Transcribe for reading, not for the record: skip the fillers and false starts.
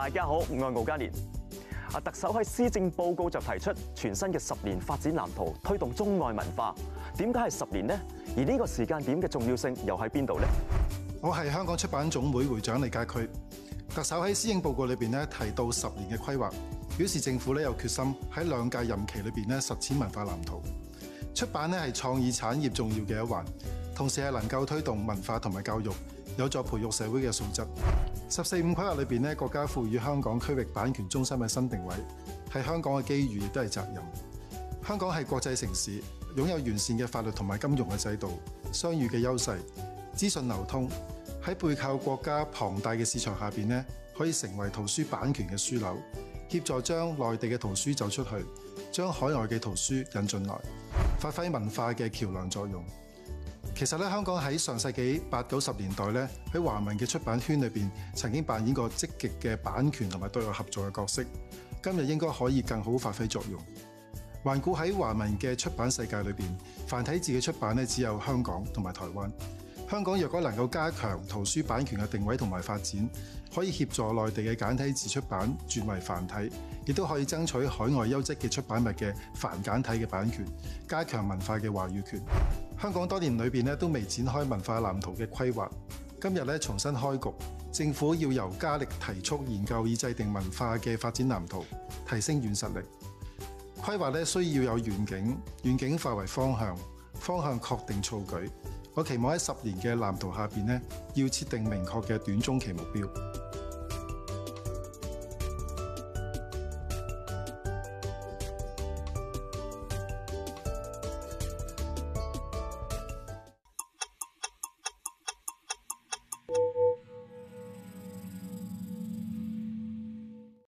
大家好，我係敖嘉年。特首喺施政報告就提出全新嘅10年發展藍圖，推動中外文化。點解係10年呢？而呢個時間點嘅重要性又喺邊度呢？ 我係香港出版總會會長李家駒。特首喺施政報告裏邊咧提到10年嘅規劃，表示政府咧有決心喺2屆任期裏邊咧實踐文化藍圖。出版咧係創意產業重要嘅一環，同時係能夠推動文化同埋教育，有助培育社會嘅素質。14.5規劃裏邊咧，國家賦予香港區域版權中心嘅新定位，係香港嘅機遇，亦都係責任。香港係國際城市，擁有完善嘅法律同埋金融嘅制度，商譽嘅優勢，資訊流通。喺背靠國家龐大嘅市場下邊咧，可以成為圖書版權嘅樞紐，協助將內地嘅圖書走出去，將海外嘅圖書引進來，發揮文化嘅橋梁作用。其實咧，香港喺上世紀80、90年代咧，喺華文嘅出版圈裏邊，曾經扮演過積極嘅版權同埋對外合作嘅角色。今日應該可以更好發揮作用。環顧喺華文嘅出版世界裏邊，繁體字嘅出版咧只有香港同埋台灣。香港若果能夠加強圖書版權嘅定位同埋發展，可以協助內地嘅簡體字出版轉為繁體，亦都可以爭取海外優質嘅出版物嘅繁簡體嘅版權，加強文化嘅話語權。香港多年裏邊都未展開文化藍圖嘅規劃，今日重新開局，政府要由加力提速研究以制定文化嘅發展藍圖，提升軟實力。規劃需要有遠景，遠景化為方向，方向確定措舉。我期望喺10年嘅藍圖下邊要設定明確嘅短中期目標。